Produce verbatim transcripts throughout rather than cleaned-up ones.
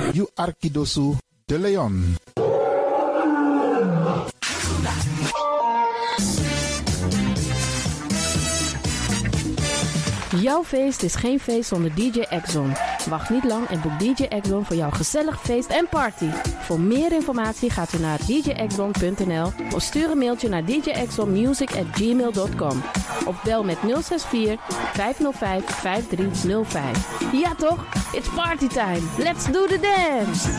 You Arkidosu de Leon. Jouw feest is geen feest zonder D J Exxon. Wacht niet lang en boek D J Exxon voor jouw gezellig feest en party. Voor meer informatie gaat u naar d j exxon punt n l of stuur een mailtje naar d j exxon music at gmail dot com. Of bel met nul zes vier, vijf nul vijf, vijf drie nul vijf. Ja toch? It's party time. Let's do the dance.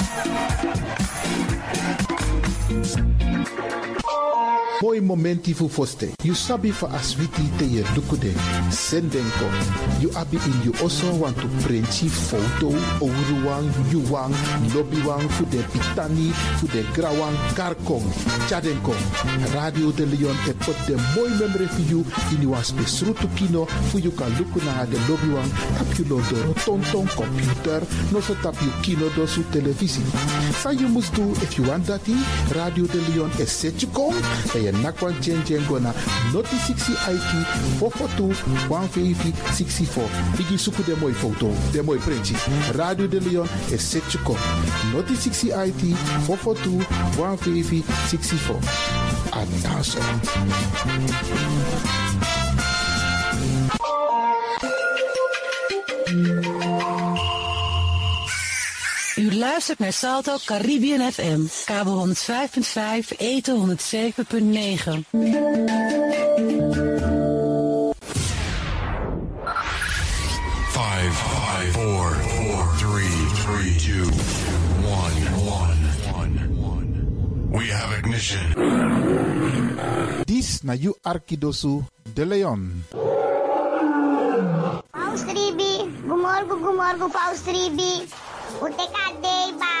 Mooi momenti fu foste. You sabi fa aswiti te ye dukude. Sendenko. You abi in you also want to printji foto. Ouruwang, yuwang, lobbywang, fu de pitani, fu de grawang, karkong. Chadenko. Radio de Leon e put de mooi memory for you in you spesrutu kino. Fu you kan luku na de lobbywang. Tap you lo do tonton computer. No so tap you kino do su televisie. Sa you must do if you want that. Radio de Leon e set you kom. En je nakwan chen chen gona noti sixty I T four four two one five six four. Igi suku de mooi foto, de mooi printje. Radio de Leon is set je kop. Noti sixty I T four four two one five six four. Adaso. U luistert naar Salto Caribbean F M, kabel honderd vijf punt vijf, eten honderd zeven punt negen. Five, five, four, four, three, three, two, one, one, one. We have ignition. Dis na you Arkidosu de Leon. Paus Ribi, gumorgo, gumorgo, Paus Ribi. Uteka deba.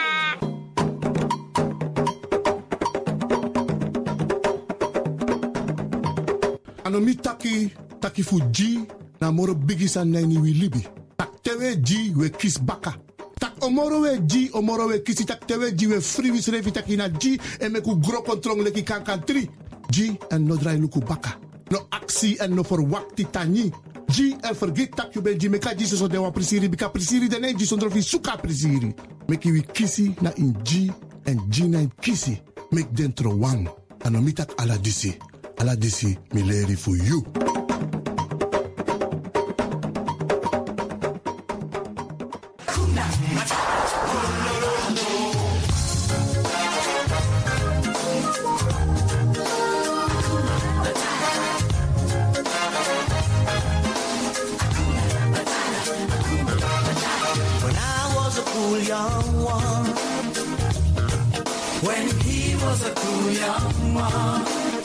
Anomi taki taki fuji na moro bigisa nani wi libi. Tak tewe ji we kis baka. Tak omoro we ji omoro we kisi tak tewe ji we free wis revi taki na ji e meku gro kontrong leki kankan tri. Ji en no drai luku baka. No aksi en no verwakti tani. Ji en vergeet tak je ben ji meka ji so dewa prisiri bika prisiri de ne ji sondro fi suka prisiri. Meki wi kisi na in ji en ji na in kisi. Mek dentro wang. Anomi tak ala disi. Ala disi mi leri for you. Young one, when he was a cool young one.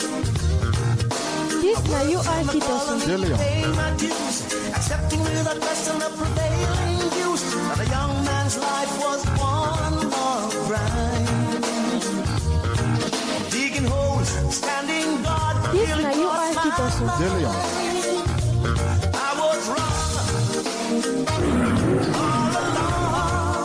This na you Arkidosu de Leon. Accepting without question the prevailing views that a young man's life was one long grind. Digging holes, standing guard. This na you Arkidosu de Leon. I was wrong all along.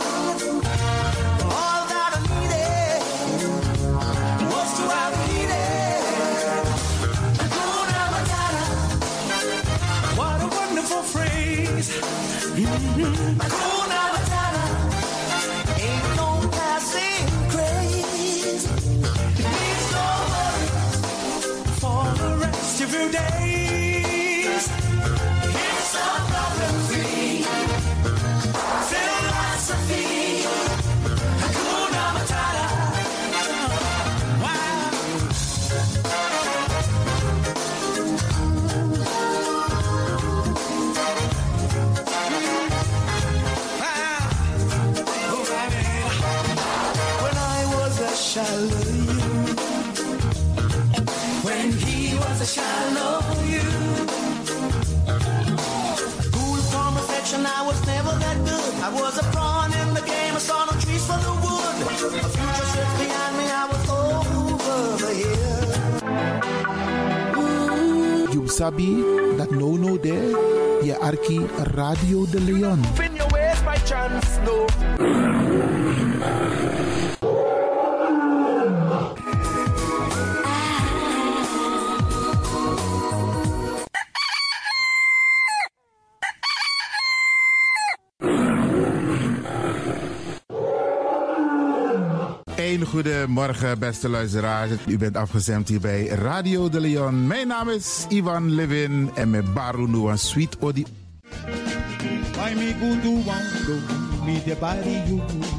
Mm-hmm. Hakuna Matata ain't no passing craze. It means no worries for the rest of your days. It's a problem-free philosophy. Hakuna Matata. Wow. Shallow you. When he was a shallow you. Cool from affection, I was never that good. I was a pawn in the game, I saw no trees for the wood. A future slipped behind me, I was over the hill. You sabi that no no there. Je Arki Radio de Leon. Spin your ways by chance, no. Een goede morgen, beste luisteraars. U bent afgestemd hier bij Radio de Leon. Mijn naam is Ivan Levin en met Baru Nuan Sweet Odi. Why me go do one go me the body you.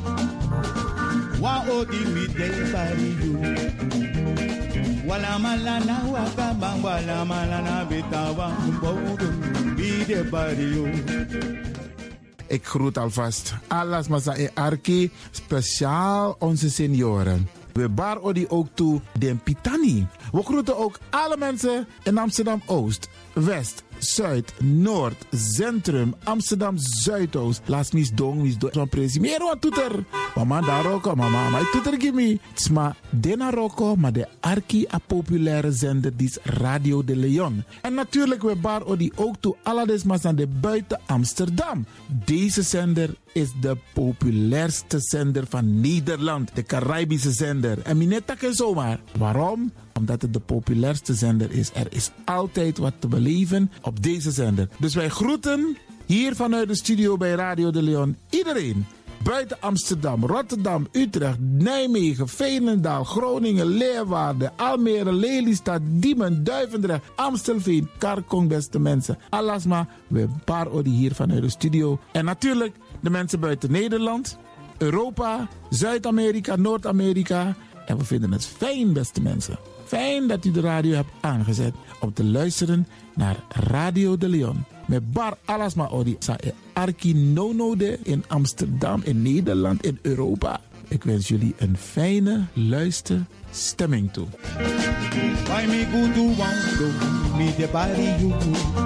Wa odi me the body you. Wala malana waka bang wala malana betawa mbodo me the body you. Ik groet alvast alles masa e arki, speciaal onze senioren. We bar odi ook toe den Pitani. We groeten ook alle mensen in Amsterdam-Oost, West, Zuid, Noord, Centrum, Amsterdam Zuidoost. Laat mis dong, mis dong. Zo'n presi. Meer wat toeter. Mama daar roko, mama, maar toeter gimme. Tsma dena roko, maar de arki a populaire zender die is Radio de Leon. En natuurlijk we bar odi ook toe alle desmas aan de buiten Amsterdam. Deze zender is de populairste zender van Nederland. De Caribische zender. En minetta ken zomaar. Waarom? Omdat het de populairste zender is. Er is altijd wat te beleven op deze zender. Dus wij groeten hier vanuit de studio bij Radio de Leon iedereen. Buiten Amsterdam, Rotterdam, Utrecht, Nijmegen, Veenendaal, Groningen, Leeuwarden, Almere, Lelystad, Diemen, Duivendrecht, Amstelveen, Karkong, beste mensen. Alasma, we paar odi hier vanuit de studio. En natuurlijk de mensen buiten Nederland, Europa, Zuid-Amerika, Noord-Amerika. En we vinden het fijn, beste mensen. Fijn dat u de radio hebt aangezet om te luisteren naar Radio de Leon. Met bar alasma odi sa e arki nonode in Amsterdam, in Nederland, in Europa. Ik wens jullie een fijne luisterstemming toe. Why me go do one go me the body you.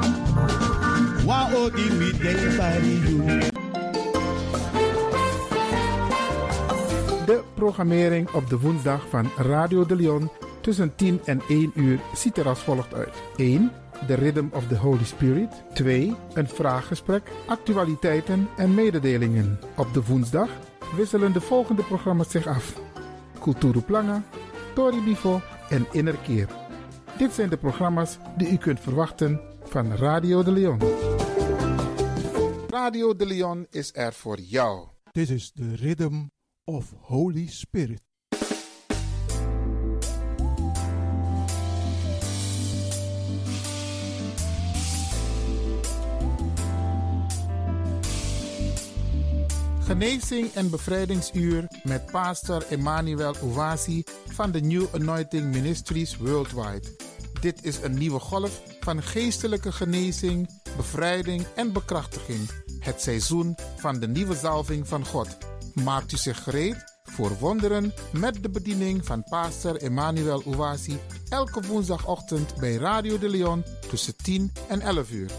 Wa odi me the body you. De programmering op de woensdag van Radio de Leon tussen tien en één uur ziet er als volgt uit. één. The Rhythm of the Holy Spirit. twee. Een vraaggesprek, actualiteiten en mededelingen. Op de woensdag wisselen de volgende programma's zich af. Kulturu Planga, Tori Bifo en Innerkeer. Dit zijn de programma's die u kunt verwachten van Radio de Leon. Radio de Leon is er voor jou. This is the Rhythm of Holy Spirit. Genezing en bevrijdingsuur met pastor Emmanuel Owasi van de New Anointing Ministries Worldwide. Dit is een nieuwe golf van geestelijke genezing, bevrijding en bekrachtiging. Het seizoen van de nieuwe zalving van God. Maakt u zich gereed voor wonderen met de bediening van pastor Emmanuel Owasi elke woensdagochtend bij Radio de Leon tussen tien en elf uur.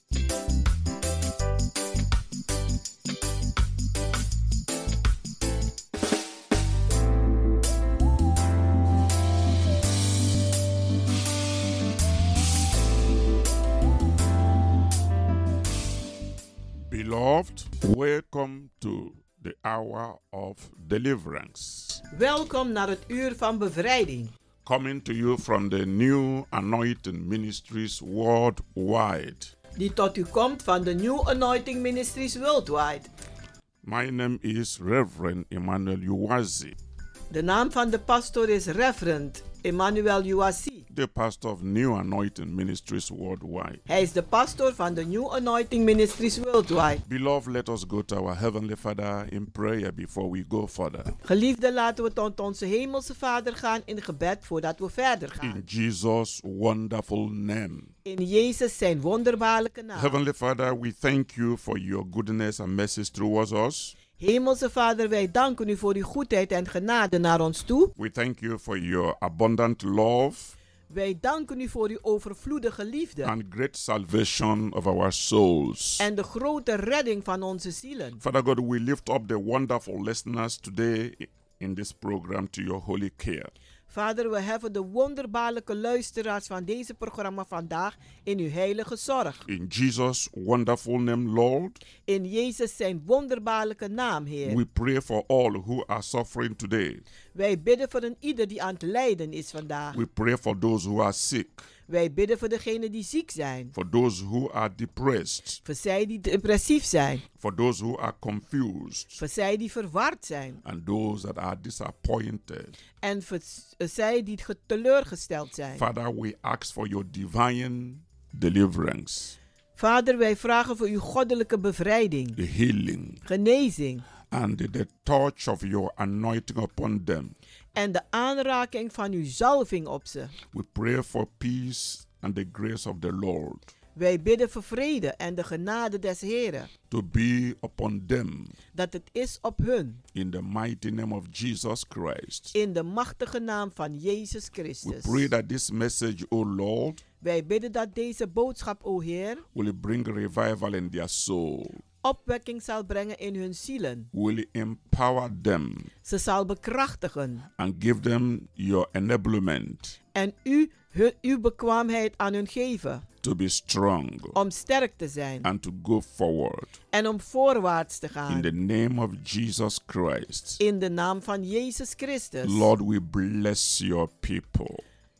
Beloved, welcome to the hour of deliverance. Welkom naar het uur van bevrijding. Coming to you from the New Anointing Ministries Worldwide. Die tot u komt van de New Anointing Ministries Worldwide. My name is Reverend Emmanuel Owasi. De naam van de pastor is Reverend Emmanuel Owasi. The pastor of New Anointing Ministries Worldwide. Hij is de pastor van de New Anointing Ministries Worldwide. Beloved, let us go to our Heavenly Father in prayer before we go further. Geliefde, laten we tot onze hemelse Vader gaan in gebed voordat we verder gaan. In Jesus' wonderful name. In Jezus zijn wonderbaarlijke naam. Heavenly Father, we thank you for your goodness and mercy towards us. Hemelse Vader, wij danken u voor uw goedheid en genade naar ons toe. We thank you for your abundant love. Wij danken u voor uw overvloedige liefde. And great salvation of our souls. En de grote redding van onze zielen. Father God, we lift up the wonderful listeners today in this program to your holy care. Vader, we heffen de wonderbaarlijke luisteraars van deze programma vandaag in uw heilige zorg. In Jesus' wonderful name, Lord. In Jezus zijn wonderbaarlijke naam, Heer. We pray for all who are suffering today. Wij bidden voor een ieder die aan het lijden is vandaag. We pray for those who are sick. Wij bidden voor degenen die ziek zijn. For those who are depressed. Voor zij die depressief zijn. For those who are confused. Voor zij die verward zijn. And those that are disappointed. En voor zij die teleurgesteld zijn. Father, we ask for your divine deliverance. Vader, wij vragen voor uw goddelijke bevrijding. The healing. Genezing. And the, the touch of your anointing upon them. En de aanraking van uw zalving op ze. We pray for peace and the grace of the Lord. Wij bidden voor vrede en de genade des Heren. To be upon them. Dat het is op hun. In the mighty name of Jesus Christ. In de machtige naam van Jezus Christus. We pray that this message, O Lord. Wij bidden dat deze boodschap, o Heer. Will bring revival in their soul. Opwekking zal brengen in hun zielen. Will empower them. Ze zal bekrachtigen. And give them your enablement. En u hun, uw bekwaamheid aan hun geven. To be strong. Om sterk te zijn. And to go forward. En om voorwaarts te gaan. In the name of Jesus Christ. In de naam van Jezus Christus. Lord, we bless your people.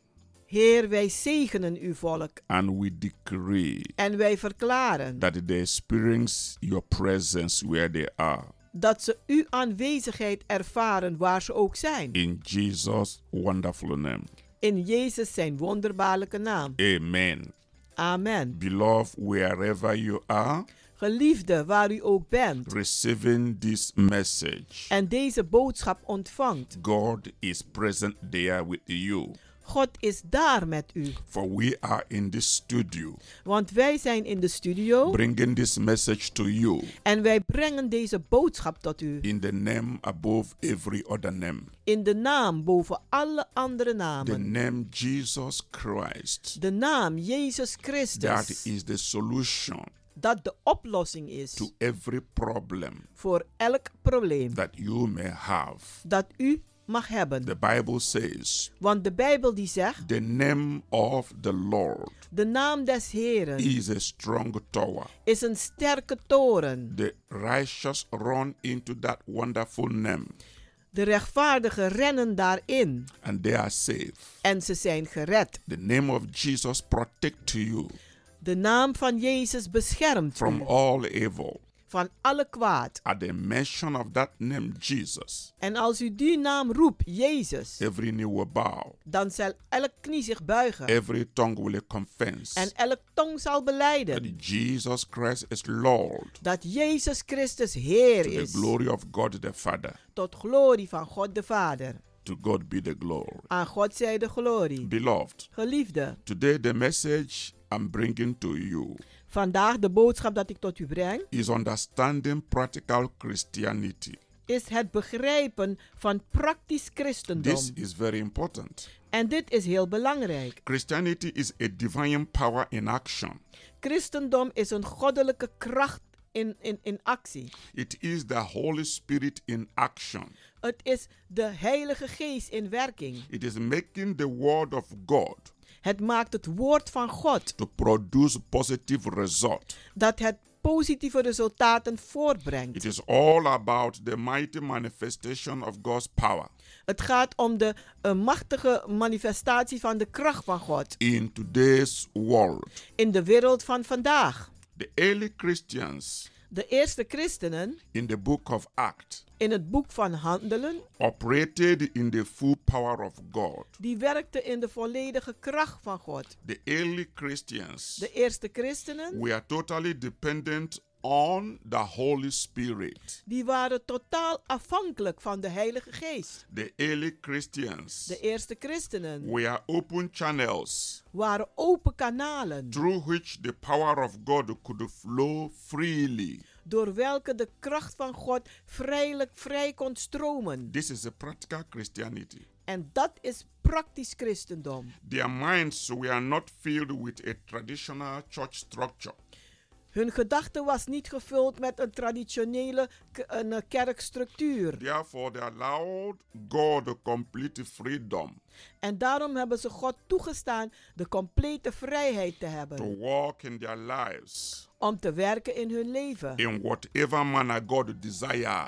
Heer, wij zegenen uw volk. And we decree. En wij verklaren. That they experience your presence where they are. Dat ze uw aanwezigheid ervaren waar ze ook zijn. In Jesus' wonderful name. In Jezus zijn wonderbaarlijke naam. Amen. Amen. Beloved, wherever you are. Geliefde, waar u ook bent. Receiving this message. En deze boodschap ontvangt. God is present there with you. God is daar met u. For we are in the studio. Want wij zijn in de studio. Bringing this message to you. En wij brengen deze boodschap tot u. In the name above every other name. In de naam boven alle andere namen. The name Jesus Christ. De naam Jezus Christus. That is the solution. Dat de oplossing is. To every problem. Voor elk probleem. That you may have. Dat u mag hebben. The Bible says. Want de Bijbel die zegt. The name of the Lord. De naam des Heren. Is a strong tower. Is een sterke toren. The righteous run into that wonderful name. De rechtvaardigen rennen daarin. And they are safe. En ze zijn gered. The name of Jesus protect you. De naam van Jezus beschermt from u. all evil. Van alle kwaad. At the mention of that name Jesus. En als u die naam roept, Jezus. Every knee will bow. Dan zal elk knie zich buigen. Every tongue will confess. En elk tong zal belijden. That Jesus Christ is Lord. Dat Jezus Christus Heer to is. The glory of God the Father. Tot glorie van God de Vader. To God be the glory. Aan God zij de glorie. Beloved. Geliefde. Today the message I'm bringing to you. Vandaag de boodschap dat ik tot u breng. Is understanding practical Christianity. Is het begrijpen van praktisch christendom. This is very important. En dit is heel belangrijk. Christianity is a divine power in action. Christendom is een goddelijke kracht in, in, in actie. It is the Holy Spirit in action. Het is de Heilige Geest in werking. It is making the word of God. Het maakt het woord van God. To produce positive result. Dat het positieve resultaten voortbrengt. It is all about the mighty manifestation of God's power. Het gaat om de uh, machtige manifestatie van de kracht van God. In today's world. In de wereld van vandaag. The early Christians. De eerste christenen. In the book of Acts. In het boek van Handelen. Operated in the full power of God. Die werkte in de volledige kracht van God. The early Christians. De eerste christenen. We are totally dependent on the Holy Spirit. Die waren totaal afhankelijk van de Heilige Geest. The early Christians. De eerste christenen. We are open channels. Waren open kanalen. Through which the power of God could flow freely. Door welke de kracht van God vrijelijk vrij kon stromen. This is a practical Christianity. En dat is praktisch christendom. Their minds were not filled with a traditional church structure. Hun gedachte was niet gevuld met een traditionele k- een kerkstructuur. Therefore they allowed God complete freedom. En daarom hebben ze God toegestaan de complete vrijheid te hebben. To walk in their lives. Om te werken in hun leven. In whatever manner God desired.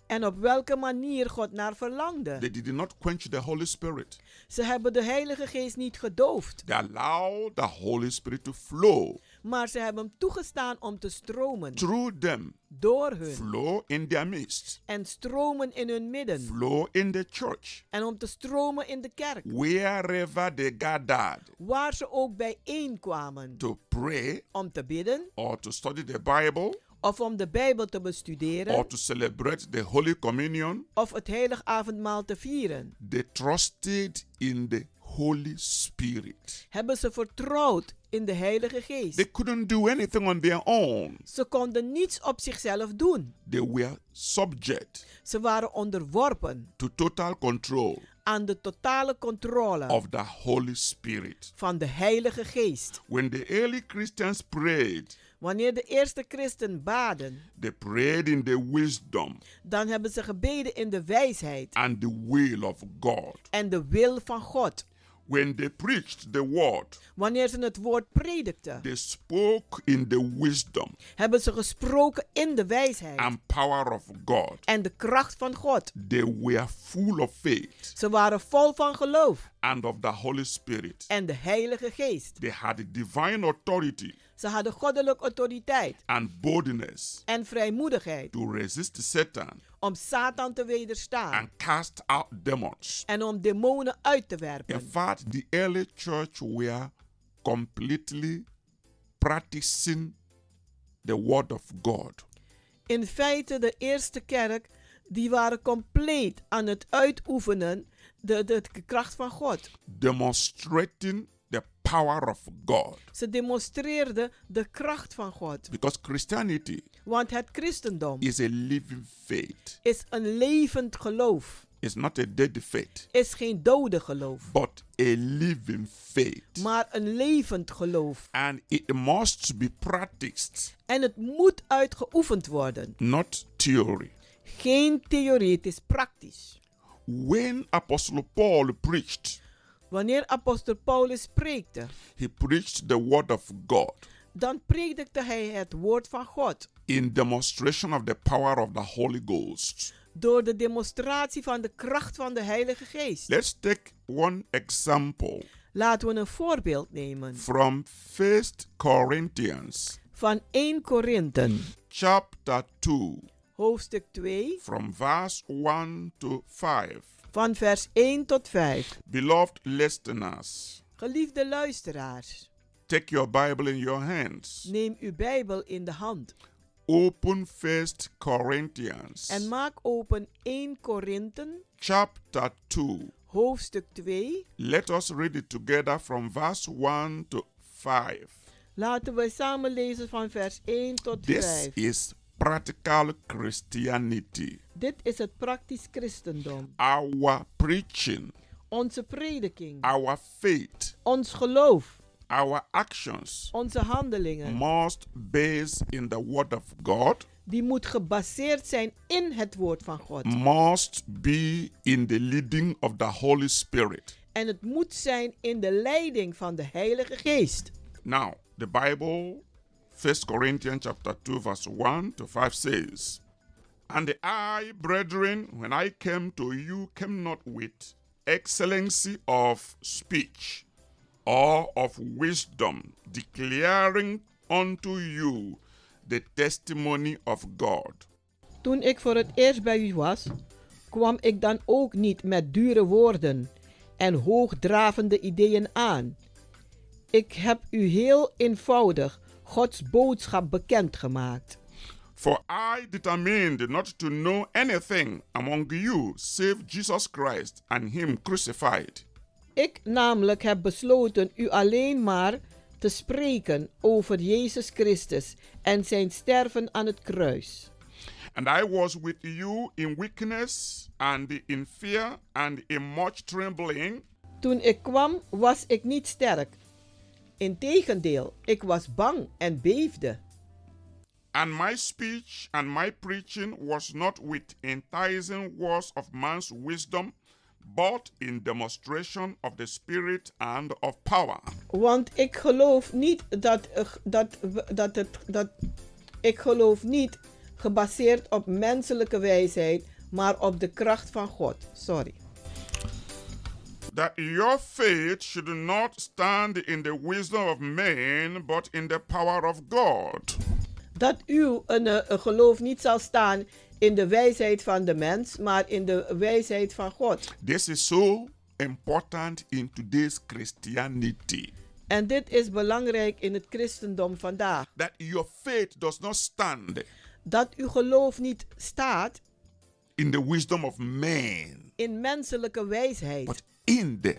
En op welke manier God naar verlangde. They did not quench the Holy Spirit. Ze hebben de Heilige Geest niet gedoofd. They allowed the Holy Spirit to flow. Maar ze hebben hem toegestaan om te stromen. Through them. Door hun. Flow in their midst. En stromen in hun midden. Flow in the church. En om te stromen in de kerk. Wherever they gathered. Waar ze ook bijeenkwamen. To pray. Om te bidden. Or to study the Bible. Of om de Bijbel te bestuderen. Or to celebrate the Holy Communion. Of het heilig avondmaal te vieren. They trusted in the Holy Spirit. Hebben ze vertrouwd in de Heilige Geest. They couldn't do anything on their own. Ze konden niets op zichzelf doen. They were subject. Ze waren onderworpen. To total control. Aan de totale controle. Of the Holy Spirit. Van de Heilige Geest. When the early Christians prayed. Wanneer de eerste christen baden. They prayed in the wisdom. Dan hebben ze gebeden in de wijsheid. And the will of God. En de wil van God. When they preached the word, wanneer ze het woord predikten, they spoke in the wisdom, hebben ze gesproken in de wijsheid and power of God, en de kracht van God. They were full of faith, ze waren vol van geloof and of the Holy Spirit, en de Heilige Geest. They had divine authority, ze hadden goddelijke autoriteit and boldness, en vrijmoedigheid to resist Satan, om Satan te wederstaan and cast out demons, en om demonen uit te werpen. In fact, the early church were completely practicing the word of God. In feite, de eerste kerk, die waren compleet aan het uitoefenen de, de, de kracht van God. Demonstrating the power of God. Ze demonstreerden de kracht van God. Because Christianity, want het christendom, is a living faith. Is een levend geloof. It's not a dead faith. Is geen dode geloof. But a living faith. Maar een levend geloof. And it must be practiced. En het moet uitgeoefend worden. Not theory. Geen theorie, het is praktisch. When Apostle Paul preached, wanneer apostel Paulus preekte, he preached the word of God. Dan predikte hij het woord van God. In demonstration of the power of the Holy Ghost. Door de demonstratie van de kracht van de Heilige Geest. Let's take one example. Laten we een voorbeeld nemen. From First Corinthians. Van Eerste Korinthe. Chapter two. Hoofdstuk twee. From verse one to five. Van vers één tot vijf. Beloved listeners. Geliefde luisteraars. Take your Bible in your hands. Neem uw Bijbel in de hand. Open First Corinthians. En maak open Eerste Korinthe. Chapter two. Hoofdstuk twee. Let us read it together from verse one to five. Laten we samen lezen van vers één tot This vijf. This is practical Christianity. Dit is het praktisch christendom. Our preaching. Onze prediking. Our faith. Ons geloof. Our actions. Onze handelingen. Must base in the word of God. Die moet gebaseerd zijn in het woord van God. Must be in the leading of the Holy Spirit. En het moet zijn in de leiding van de Heilige Geest. Now, the Bible, First Corinthians chapter two, verse one to five says, And I, brethren, when I came to you, came not with excellency of speech or of wisdom, declaring unto you the testimony of God. Toen ik voor het eerst bij u was, kwam ik dan ook niet met dure woorden en hoogdravende ideeën aan. Ik heb u heel eenvoudig Gods boodschap bekendgemaakt. For I determined not to know anything among you save Jesus Christ and him crucified. Ik namelijk heb besloten u alleen maar te spreken over Jezus Christus en zijn sterven aan het kruis. And I was with you in weakness and in fear and in much trembling. Toen ik kwam was ik niet sterk. Integendeel, ik was bang en beefde. And my speech and my preaching was not with enticing words of man's wisdom, but in demonstration of the Spirit and of power. Want ik geloof niet dat, dat, dat het dat ik geloof niet gebaseerd op menselijke wijsheid, maar op de kracht van God. Sorry. That your faith should not stand in the wisdom of man, but in the power of God. Dat uw een, een geloof niet zal staan in de wijsheid van de mens, maar in de wijsheid van God. This is so important in today's Christianity. En dit is belangrijk in het christendom vandaag. That your faith does not stand Dat uw geloof niet staat in the wisdom of man, in menselijke wijsheid, but in the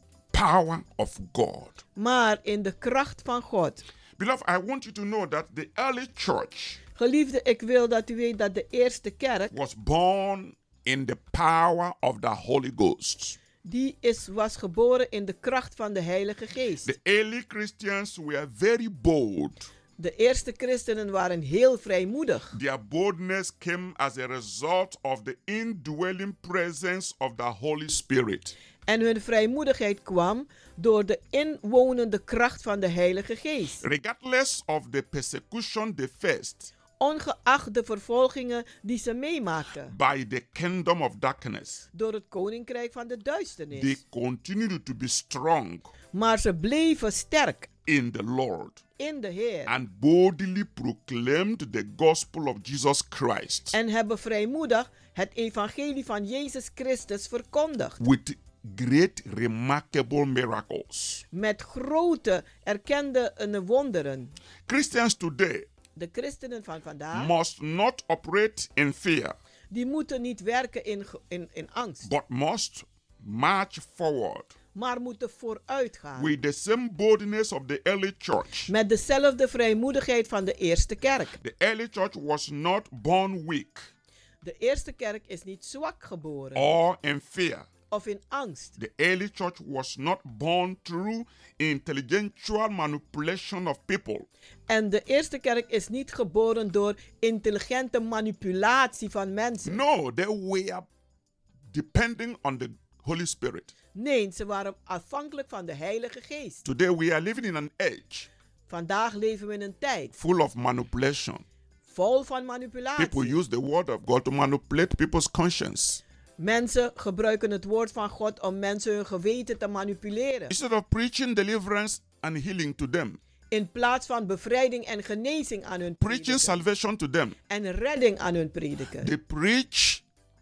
power of God. maar in de kracht van God. Beloved, I want you to know that the early church Geliefde, ik wil dat u weet dat de eerste kerk, was born in the power of the Holy Ghost. die is, was geboren in de kracht van de Heilige Geest. The early Christians were very bold. De eerste christenen waren heel vrijmoedig. Their boldness came as a result of the indwelling presence of the Holy Spirit. En hun vrijmoedigheid kwam door de inwonende kracht van de Heilige Geest. Regardless of the persecution they faced, ongeacht de vervolgingen die ze meemaakten, by the kingdom of darkness, door het koninkrijk van de duisternis. they continued to be strong Maar ze bleven sterk in the Lord in de Heer and boldly proclaimed the gospel of Jesus Christ en hebben vrijmoedig het evangelie van Jezus Christus verkondigd. with great remarkable miracles. Met grote erkende uh, wonderen. Christians today De christenen van vandaag, must not operate in fear, die moeten niet werken in, ge- in, in angst, but must march forward maar moeten vooruit gaan. with the same boldness of the early church. Met dezelfde vrijmoedigheid van de eerste kerk. The early church was not born weak De eerste kerk is niet zwak geboren or in fear. of in angst. The early church was not born through intellectual manipulation of people. En de eerste kerk is niet geboren door intelligente manipulatie van mensen. No, they were depending on the Holy Spirit. Nee, ze waren afhankelijk van de Heilige Geest. Today we are living in an age Vandaag leven we in een tijd full of manipulation. vol van manipulatie. People use the word of God to manipulate people's conscience. Mensen gebruiken het woord van God om mensen hun geweten te manipuleren. Instead of preaching deliverance and healing to them, In plaats van bevrijding en genezing aan hun preaching prediken. salvation to them, En redding aan hun prediken. they preach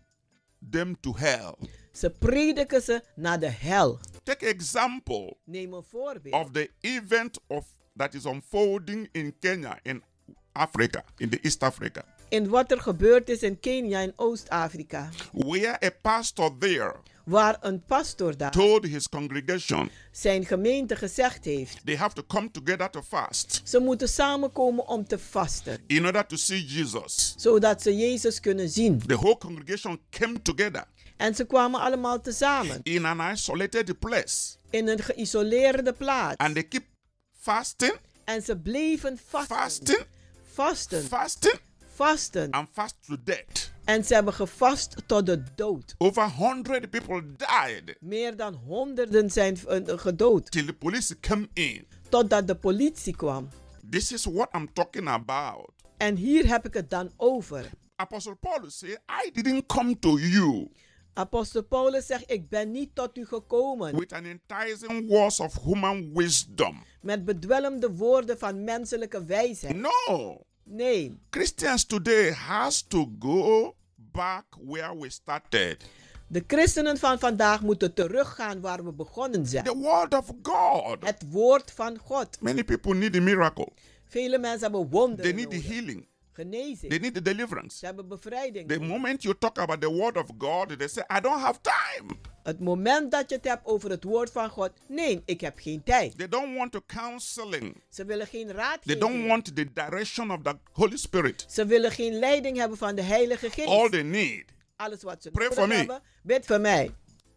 them to hell. Ze prediken ze naar de hel. Take example Neem een voorbeeld. of the event of that is unfolding in Kenya, in Africa, in the East Africa, In wat er gebeurd is in Kenia in Oost-Afrika. where a pastor there Waar een pastor daar told his congregation zijn gemeente gezegd heeft. they have to come together to fast Ze moeten samenkomen om te vasten. in order to see Jesus. Zodat ze Jezus kunnen zien. The whole congregation came together En ze kwamen allemaal tezamen. in an isolated place In een geïsoleerde plaats. and they keep fasting, En ze bleven vasten. fasting, Vasten. fasting, Vasten. and fast to death. En ze hebben gevast tot de dood. Over one hundred people died Meer dan honderden zijn uh, gedood. till the police came in. Totdat de politie kwam. This is what I'm talking about. En hier heb ik het dan over. Apostle Paul said, I didn't come to you Apostel Paulus zegt, ik ben niet tot u gekomen. with an enticing words of human wisdom. Met bedwelmde woorden van menselijke wijsheid. No. Nee. Christians today has to go back where we started. De christenen van vandaag moeten teruggaan waar we begonnen zijn. The word of God. Het woord van God. Many people need a miracle. Vele mensen hebben wonderen They need nodig. the healing. Genezing. They need the deliverance. Ze hebben bevrijding The nodig. moment you talk about the word of God, they say, I don't have time. Het moment dat je het hebt over het woord van God. Nee, ik heb geen tijd. They don't want to counseling. Ze willen geen They raadgeving. don't want the direction of the Holy Spirit. Ze willen geen leiding hebben van de Heilige Geest. All they need. Alles wat ze Pray nodig for me. hebben, bid voor mij.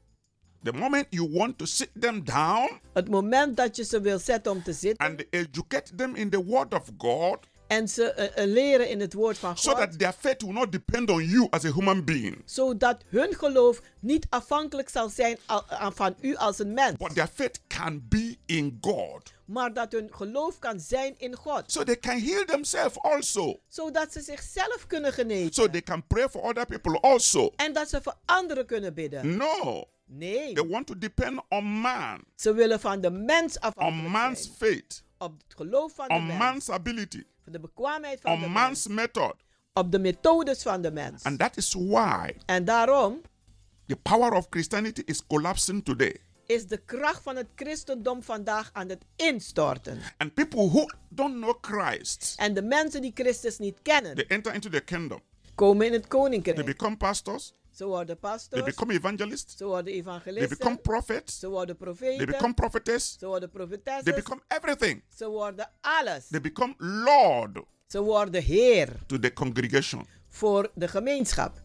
The moment you want to sit them down Het moment dat je ze wil zetten om te zitten. and educate them in the word of God, En ze uh, uh, leren in het woord van so God. that their faith will not depend on you as a human being, Zodat hun geloof niet afhankelijk zal zijn al, uh, van u als een mens. but their faith can be in God. maar dat hun geloof kan zijn in God. So they can heal themselves also. Zodat ze zichzelf kunnen genezen. So they can pray for other people also. En dat ze voor anderen kunnen bidden. No. Nee. They want to depend on man. Ze willen van de mens On afhankelijk man's zijn. faith. Op het geloof van de On mens. man's ability. Van de bekwaamheid van On de man's mens. method. Op de methodes van de mens. And that is why En daarom the power of Christianity is collapsing today. is de kracht van het christendom vandaag aan het instorten. And people who don't know Christ, En de mensen die Christus niet kennen, they enter into the kingdom. komen in het They koninkrijk. become pastors. Ze worden They pastors, become evangelists. ze worden They become evangelisten, prophets. ze worden They profeten, become prophetess. ze worden They profetessen, become everything. ze worden alles. They become Lord Ze worden Heer to the congregation. voor de gemeenschap.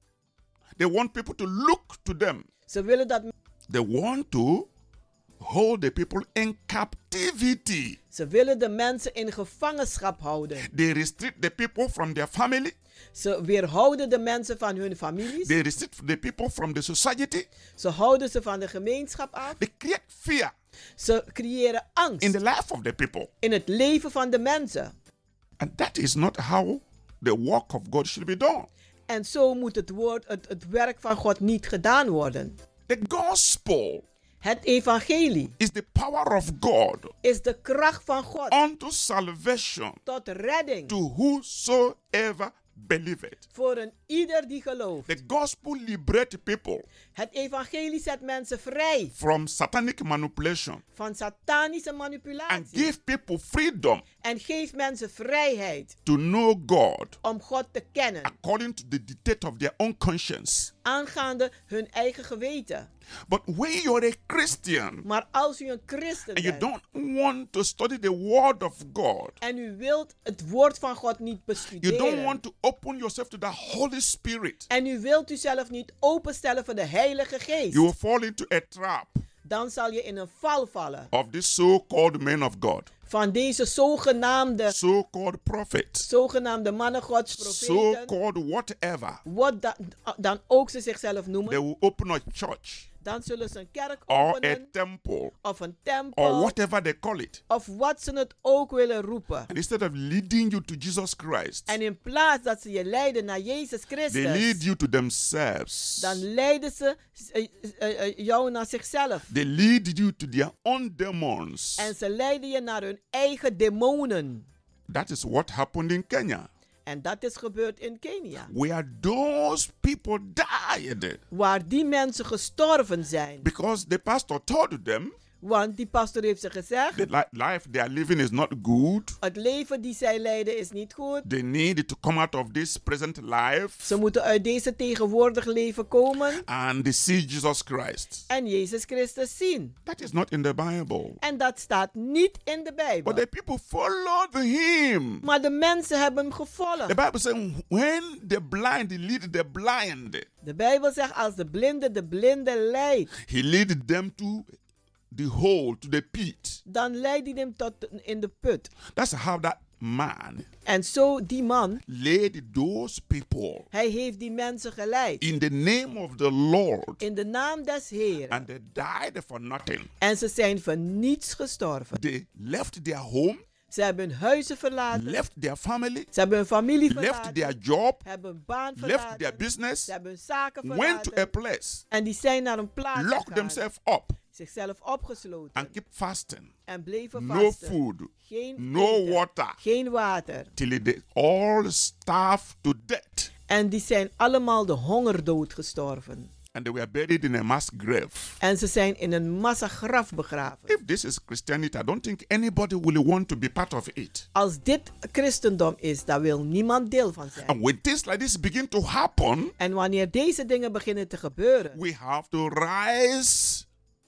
They want people to look to them. Ze willen dat They want to hold the people in captivity. Ze willen de mensen in gevangenschap houden. They restrict the people from their family. Ze weerhouden de mensen van hun families. They restrict the people from the society. Ze houden ze van de gemeenschap af. They create fear Ze creëren angst in the life of the people. in het leven van de mensen. And that is not how the work of God should be done. En zo moet het, woord, het, het werk van God niet gedaan worden. The gospel Het evangelie is the power of God is de kracht van God unto salvation tot redding to whosoever believeth. voor een ieder die gelooft. The gospel liberates people Het evangelie zet mensen vrij from satanic manipulation van satanische and manipulatie give people freedom en geeft mensen vrijheid to know God om God te kennen according to the dictate of their own conscience. aangaande hun eigen geweten. But when you're a Christian Maar als u een christen and you bent don't want to study the word of God, en u wilt het woord van God niet you don't bestuderen want to open yourself to the Holy Spirit, en u wilt uzelf niet openstellen voor de Heilige Geest, you will fall into a trap dan zal je in een val vallen of this so-called men of God, van deze zogenaamde, so-called prophets, zogenaamde mannen Gods, profeten, so-called whatever. wat da- dan ook ze zichzelf They noemen. will open a church Dan zullen ze een kerk or a openen temple of een or tempel whatever they call it. of wat ze het ook willen roepen. And instead of leading you to Jesus Christ, En in plaats dat ze je leiden naar Jezus they Christus, lead you to themselves. dan leiden ze eh, eh, eh, jou naar zichzelf. They lead you to their own demons. En ze leiden je naar hun eigen demonen. That is what happened in Kenya, En dat is gebeurd in Kenia. where those people died Waar die mensen gestorven zijn. because the pastor told them Want die pastor heeft ze gezegd, the li- life they are living is not good. het leven die zij leiden is niet goed. They need to come out of this present life Ze moeten uit deze tegenwoordig leven komen and see Jesus Christ. en Jezus Christus zien. That is not in the Bible. En dat staat niet in de Bijbel. But the people followed him. Maar de mensen hebben hem gevolgd. The Bible says when the blind lead the blind, De Bijbel zegt als de blinde de blinde leidt, he lead them to the hole, to the pit. dan leidt hij hem tot in de put. That's how that man En zo die man, led those people hij heeft die mensen geleid. in the name of the Lord, In de naam des Heeren. and they died for nothing. En ze zijn voor niets gestorven. They left their home, Ze hebben hun huizen verlaten. left their family, Ze hebben hun familie left verlaten. their job, Hebben hun baan left their verlaten. business, Ze hebben hun zaken went to a verlaten. place, En die zijn naar een plaats locked gegaan. themselves up, Zichzelf opgesloten. and keep fasting. En bleven No vasten. food, Geen no eten, water, geen water. till they all starved to death. En die zijn allemaal de hongerdood gestorven. And they were buried in a mass grave. En ze zijn in een massagraf begraven. If this is Christianity, I don't think anybody will want to be part of it. Als dit christendom is, daar wil niemand deel van zijn. And when things like this begin to happen, En wanneer deze dingen beginnen te gebeuren, we have to rise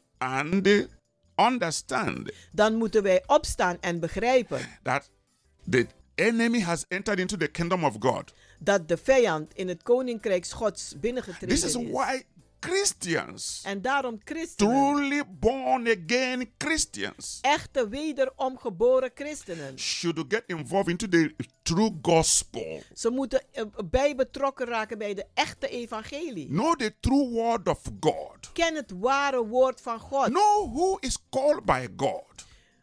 and understand dan moeten wij opstaan en begrijpen that the enemy has entered into the kingdom of God. dat de vijand in het koninkrijk Gods This binnengetreden is is. why Christians, En daarom christenen, truly born again Christians, echte wederom geboren christenen, should get involved into the true gospel. ze moeten eh, bij betrokken raken bij de echte evangelie. Know the true word of God. Ken het ware woord van God. Know who is called by God.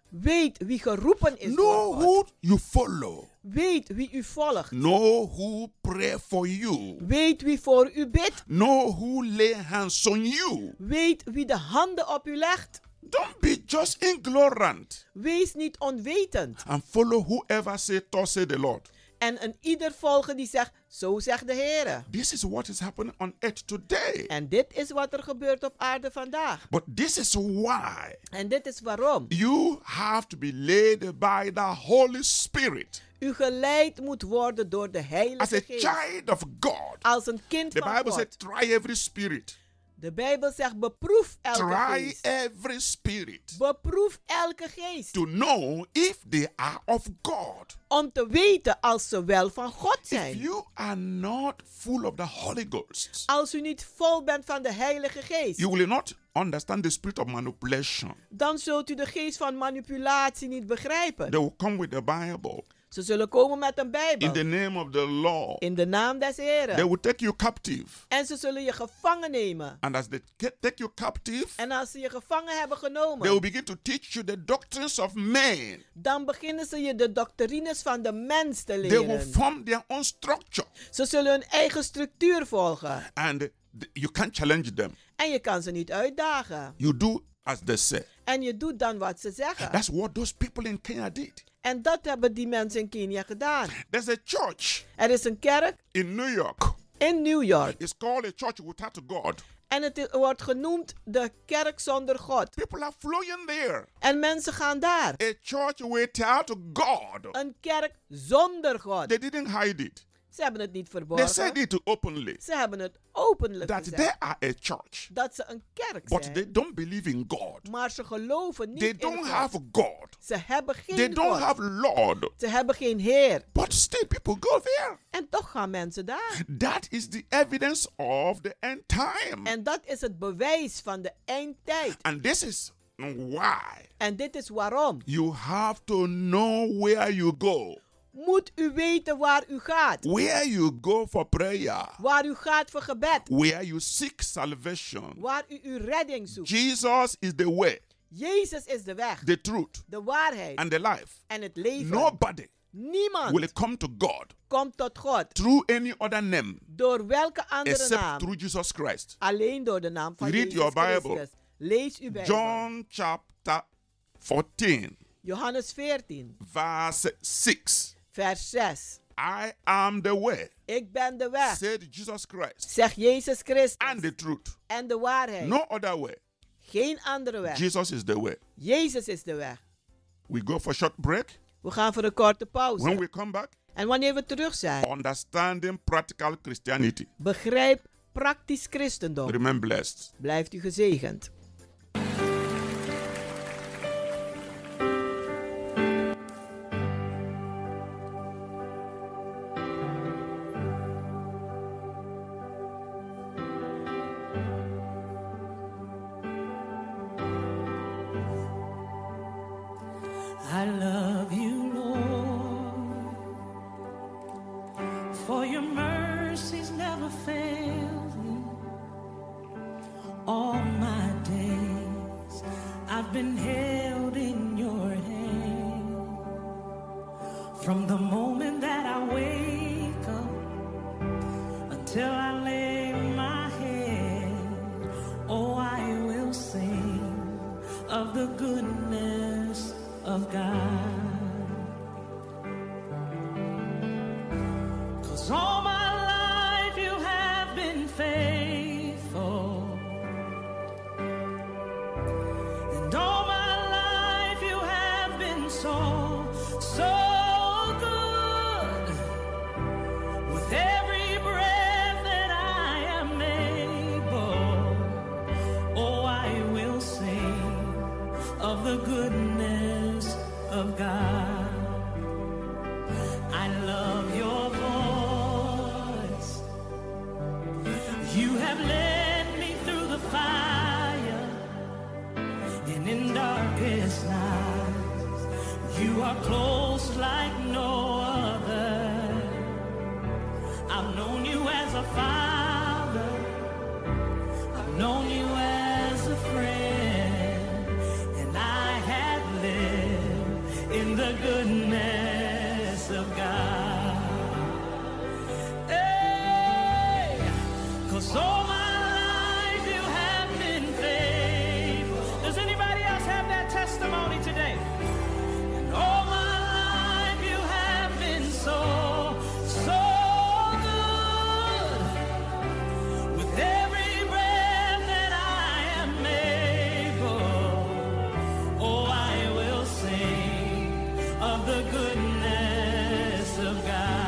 Weet wie geroepen is Know door God. who you follow. Weet wie u volgt. Know who pray for you. Weet wie voor u bidt. Know who lay hands on you. Weet wie de handen op u legt. Don't be just ignorant. Wees niet onwetend. And follow whoever say, thus say the Lord. En een ieder volgen die zegt, zo zegt de Heer. This is what is happening on earth today. En dit is wat er gebeurt op aarde vandaag. But this is why. En dit is waarom. You have to be led by the Holy Spirit. U geleid moet worden door de Heilige As a Geest. child of God. Als een kind The van Bible God. says, try every spirit. De Bijbel zegt, beproef elke Try geest. every spirit. Beproef elke geest. To know if they are of God. Om te weten als ze wel van God zijn. If you are not full of the Holy Ghost. Als u niet vol bent van de Heilige Geest. You will not understand the spirit of manipulation. Dan zult u de geest van manipulatie niet begrijpen. They will come with the Bible. Ze zullen komen met een Bijbel. In the name of the Lord. In de naam des Heren. They will take you captive. En ze zullen je gevangen nemen. And as they take you captive. En als ze je gevangen hebben genomen. They will begin to teach you the doctrines of men. Dan beginnen ze je de doctrines van de mens te leren. They will form their own structure. Ze zullen hun eigen structuur volgen. And you can't challenge them. En je kan ze niet uitdagen. You do as they say. En je doet dan wat ze zeggen. That's what those people in Kenya did. En dat hebben die mensen in Kenia gedaan. There's a church. Er is een kerk. In New York. In New York. It's called a church without God. En het is, wordt genoemd de kerk zonder God. People are flowing there. En mensen gaan daar. A church without God. Een kerk zonder God. They didn't hide it. Ze hebben het niet verborgen. They said it openly. Ze hebben het openlijk that gezegd. They are a church. Dat ze een kerk But zijn. they don't believe in God. Maar ze geloven niet they in don't God. have God. Ze hebben geen They don't God. have Lord. Ze hebben geen Heer. But still people go there. En toch gaan mensen daar. That is the evidence of the end time. En dat is het bewijs van de eindtijd. And this is why. En dit is waarom. You have to know where you go. Moet u weten waar u gaat. Where you go for prayer. Waar u gaat voor gebed. Where you seek salvation. Waar u uw redding zoekt. Jesus is the way. Jezus is de weg. The truth. De waarheid. And the life. En het leven. Nobody. Niemand. Will come to God. Komt tot God. Through any other name. Door welke andere except naam. Through Jesus Christ. Alleen door de naam van Read Jezus your Bible. Christus. Lees uw Bijbel. John chapter fourteen. Johannes veertien. Verse six. Vers zes. I am the way. Ik ben de weg. Said Jesus Christ. Zeg Jezus Christus. And the truth. En de waarheid. No other way. Geen andere weg. Jesus is the way. Jezus is de weg. We go for short break. We gaan voor een korte pauze. When we come back. En wanneer we terug zijn. Understanding practical Christianity. Begrijp praktisch christendom. Remain blessed. Blijft u gezegend. I love you, Lord, for your mercies never fail me. All my days I've been held in your hand. From the moment that I wake up until I lay my head, oh, I will sing of the goodness of God. 'Cause all my life you have been faithful, and all my life you have been so, so good. With every breath that I am able, oh, I will sing of the goodness of God. I love your voice. You have led me through the fire, and in darkest nights you are close like no other. I've known you as a father, I've known you as a friend, and I have lived So my life you have been faithful. Does anybody else have that testimony today? And all my life you have been so, so good. With every breath that I am able, oh, I will sing of the goodness of God.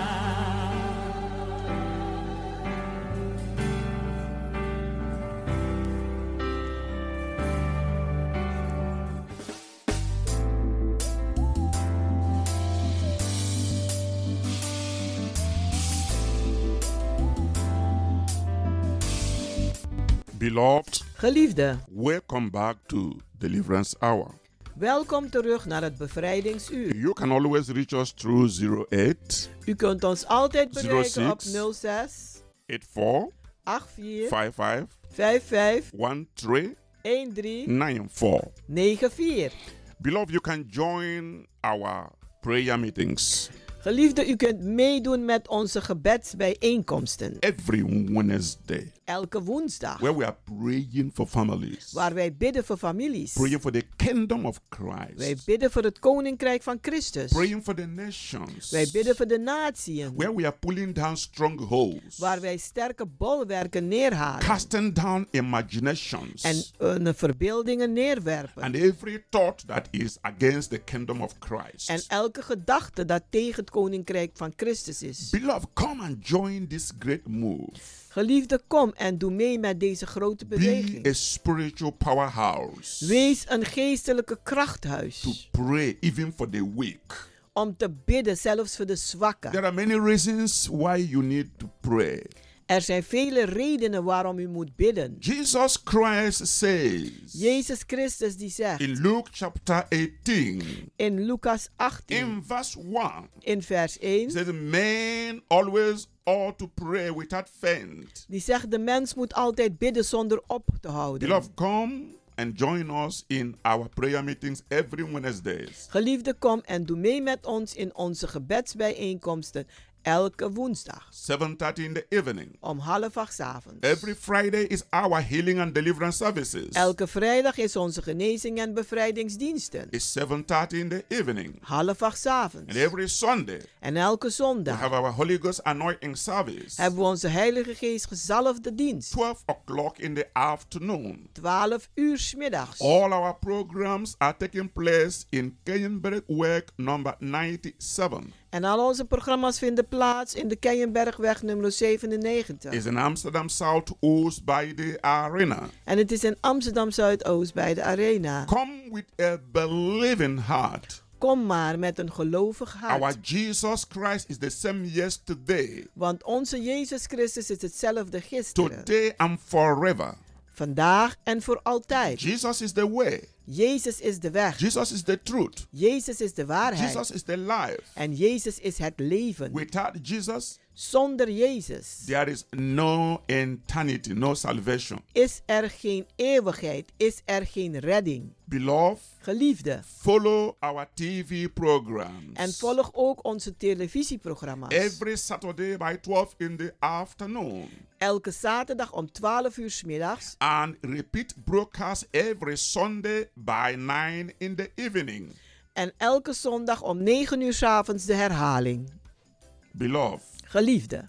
Beloved, Geliefde, welcome back to Deliverance Hour. welkom terug naar het bevrijdingsuur. You can always reach us through zero eight U kunt ons altijd bereiken op zero six nul zes eight four acht vier five five vijf vijf one three een drie nine four. negen vier. Beloved, you can join our prayer meetings Geliefde, u kunt meedoen met onze gebedsbijeenkomsten. every Wednesday, Elke woensdag. where we are praying for families, Waar wij bidden voor families. praying for the kingdom of Wij Christ, bidden voor het koninkrijk van Christus. praying for the nations, Wij bidden voor de natieën. where we are pulling down strongholds, Waar wij sterke bolwerken neerhalen. casting down imaginations, En uh, verbeeldingen neerwerpen. and every thought that is against the kingdom of Christ. En elke gedachte dat tegen het koninkrijk van Christus is. Beloved, come and join this great move. Geliefde, kom en doe mee met deze grote Be beweging. a spiritual powerhouse. Wees een geestelijke krachthuis. To pray even for the weak. Om te bidden, zelfs voor de zwakken. There are many reasons why you need to pray. Er zijn vele redenen waarom u moet bidden. Jesus Christ says Jezus Christus die zegt in Luke chapter eighteen, in Lucas achttien, in verse one, in vers één, says men always ought to pray without faint. Die zegt de mens moet altijd bidden zonder op te houden. Beloved, come and join us in our prayer meetings every Wednesdays. Geliefde, kom en doe mee met ons in onze gebedsbijeenkomsten elke woensdag. seven thirty in the evening. Om half acht 's avonds. Every Friday is our healing and deliverance services. Elke vrijdag is onze genezing en bevrijdingsdiensten. It's seven thirty in the evening. Half acht 's avonds. And every Sunday En elke we zondag have our Holy Ghost anointing service. hebben we onze Heilige Geest gezalfde dienst. twelve o'clock in the afternoon. twaalf uur 's middags. All our programs are taking place in Keienbergweg number ninety-seven. En al onze programma's vinden plaats in de Keienbergweg nummer zevenennegentig. It's in Amsterdam Southoost by the arena. En het is in Amsterdam Zuidoost bij de Arena. Come with a believing heart. Kom maar met een gelovig hart. Our Jesus Christ is the same yesterday, Want onze Jezus Christus is hetzelfde gisteren, today and forever. vandaag en voor altijd. Jesus is the way. Jezus is de weg. Jesus is the truth. Jezus is de waarheid. Jesus is the life. En Jezus is het leven. Without Jesus, Zonder Jezus there is no eternity, no salvation. is er geen eeuwigheid, is er geen redding. Beloved, Geliefde, follow our T V programs. en volg ook onze televisieprogramma's. Every Saturday by twelve in the afternoon. Elke zaterdag om twaalf uur 's middags. And repeat broadcast every Sunday by nine in the evening. En elke zondag om negen uur 's avonds de herhaling. Beloved, Geliefde,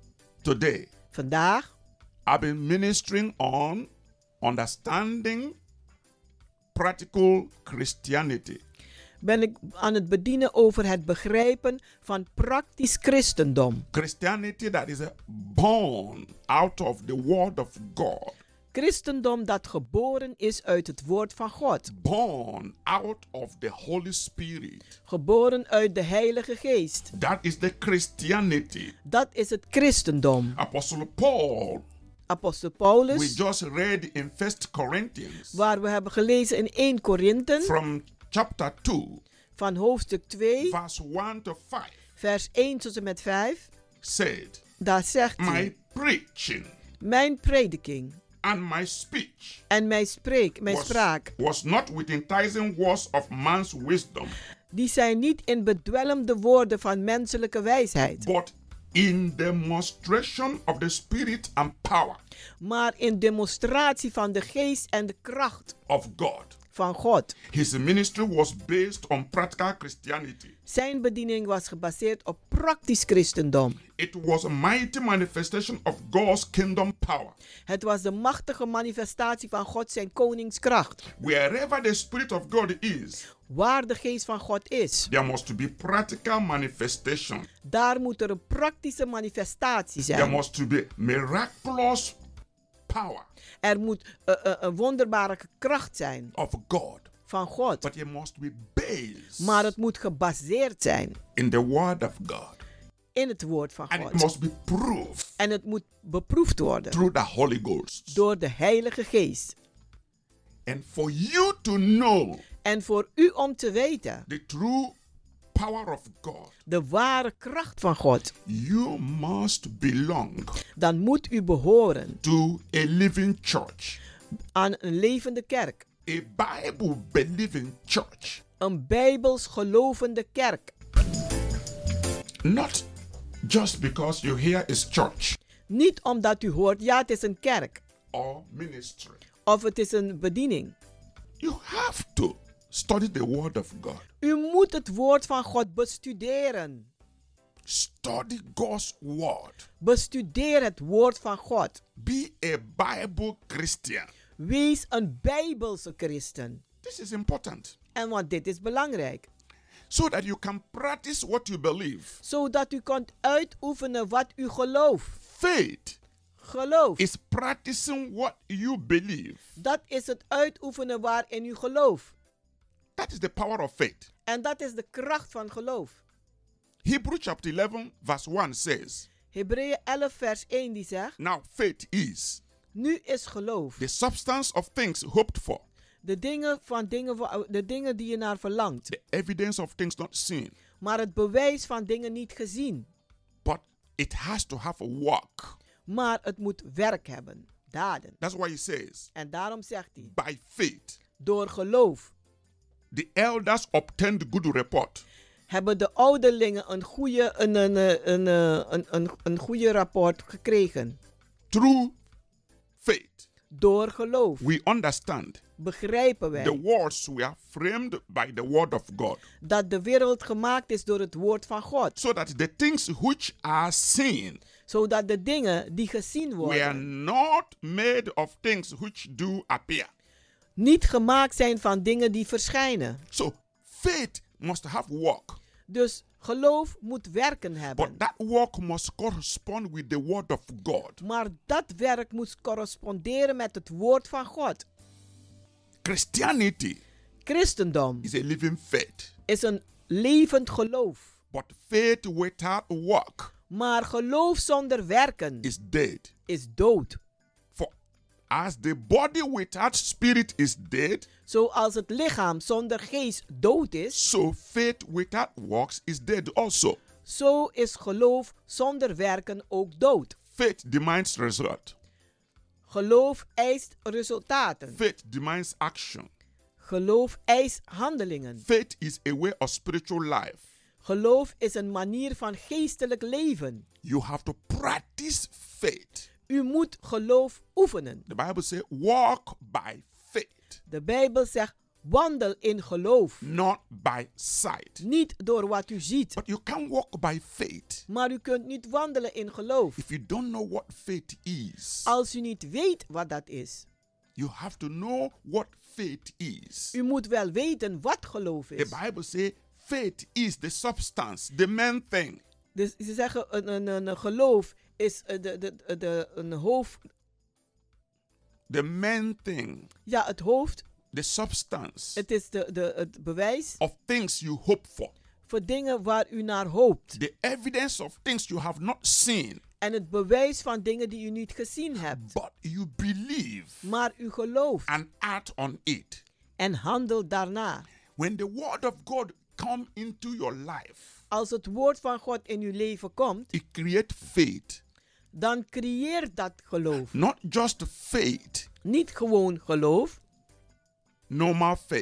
today vandaag I've been ministering on understanding practical Christianity. ben ik aan het bedienen over het begrijpen van praktisch christendom. Christianity that is born out of the word of God. Christendom dat geboren is uit het woord van God. Born out of the Holy Spirit. Geboren uit de Heilige Geest. That is the Christianity. Dat is het christendom. Apostle Paul, Apostel Paulus, we just read in First Corinthians, waar we hebben gelezen in Eerste Korinthe, from chapter two, van hoofdstuk twee, verse one to five, vers één tot en met vijf, said, daar zegt my hij, preaching mijn prediking and my speech en mijn spreek, mijn was, spraak, was not with enticing words of man's wisdom, die zijn niet in bedwelmde woorden van menselijke wijsheid, but in demonstration of the Spirit and power maar in demonstratie van de geest en de kracht of God. van God. His ministry was based on practical Christianity. Zijn bediening was gebaseerd op praktisch christendom. It was a mighty manifestation of God's kingdom power. Het was de machtige manifestatie van God zijn koningskracht. Wherever the Spirit of God is, waar de geest van God is, there must be practical manifestation. daar moet er een praktische manifestatie zijn. There must be miraculous power. Er moet uh, uh, een wonderbare kracht zijn of God. van God. But it must be based maar het moet gebaseerd zijn in the word of God. In het woord van And God. It must be proved en het moet beproefd worden through the Holy Ghost. door de Heilige Geest. And for you to know en voor u om te weten the true power of God, de ware kracht van God, you must belong dan moet u behoren to a living church, aan een levende kerk, a Bible believing church, een Bijbels gelovende kerk. Not just because you hear is church, niet omdat u hoort ja het is een kerk or ministry, of het is een bediening. You have to study the word of God. U moet het woord van God bestuderen. Study God's word. Bestudeer het woord van God. Be a Bible Christian. Wees een Bijbelse christen. This is important. En want dit is belangrijk. So that you can practice what you believe. Zodat u kunt uitoefenen wat u gelooft. Faith. Geloof. Is practicing what you believe. Dat is het uitoefenen waarin u gelooft. That is the power of faith. En dat is de kracht van geloof. Hebrews chapter eleven verse one says. Hebreeën elf vers één die zegt. Now faith is. Nu is geloof. The substance of things hoped for. De dingen van dingen, de dingen die je naar verlangt. The evidence of things not seen. Maar het bewijs van dingen niet gezien. But it has to have a work. Maar het moet werk hebben, daden. That's why he says. En daarom zegt hij. By faith. Door geloof. The elders obtained good report. Hebben de ouderlingen een goede, een, een, een, een, een, een, een goede rapport gekregen. Through faith. Door geloof. We understand. Begrijpen wij. The worlds were framed by the word of God. Dat de wereld gemaakt is door het woord van God. So that the things which are seen. Zodat de dingen die gezien worden. Were not made of things which do appear. Niet gemaakt zijn van dingen die verschijnen. So faith must have work. Dus geloof moet werken hebben. But that work must correspond with the word of God. Maar dat werk moet corresponderen met het woord van God. Christianity. Christendom. Is a living faith. Is een levend geloof. But faith without work. Maar geloof zonder werken. Is dead. Is dood. For as the body without spirit is dead. Zoals het lichaam zonder geest dood is. So faith without works is dead also. Zo is geloof zonder werken ook dood. Faith demands result. Geloof eist resultaten. Faith demands action. Geloof eist handelingen. Faith is a way of spiritual life. Geloof is een manier van geestelijk leven. You have to practice faith. U moet geloof oefenen. The Bible says walk by faith. De Bijbel zegt wandel in geloof. Not by sight. Niet door wat u ziet. But you can walk by faith. Maar u kunt niet wandelen in geloof. If you don't know what faith is. Als u niet weet wat dat is. You have to know what faith is. U moet wel weten wat geloof is. The Bible says faith is the substance, the main thing. Dus ze zeggen een, een, een, een geloof is de, de, de, de, een hoofd. The main thing. Ja, het hoofd. The substance. Het is de, de, het bewijs. Of things you hope for. Voor dingen waar u naar hoopt. The evidence of things you have not seen. En het bewijs van dingen die u niet gezien hebt. But you believe. Maar u gelooft. And act on it. En handelt daarna. When the word of God come into your life. Als het woord van God in uw leven komt. It creates faith. Dan creëert dat geloof. Not just faith. Niet gewoon geloof. Normal faith.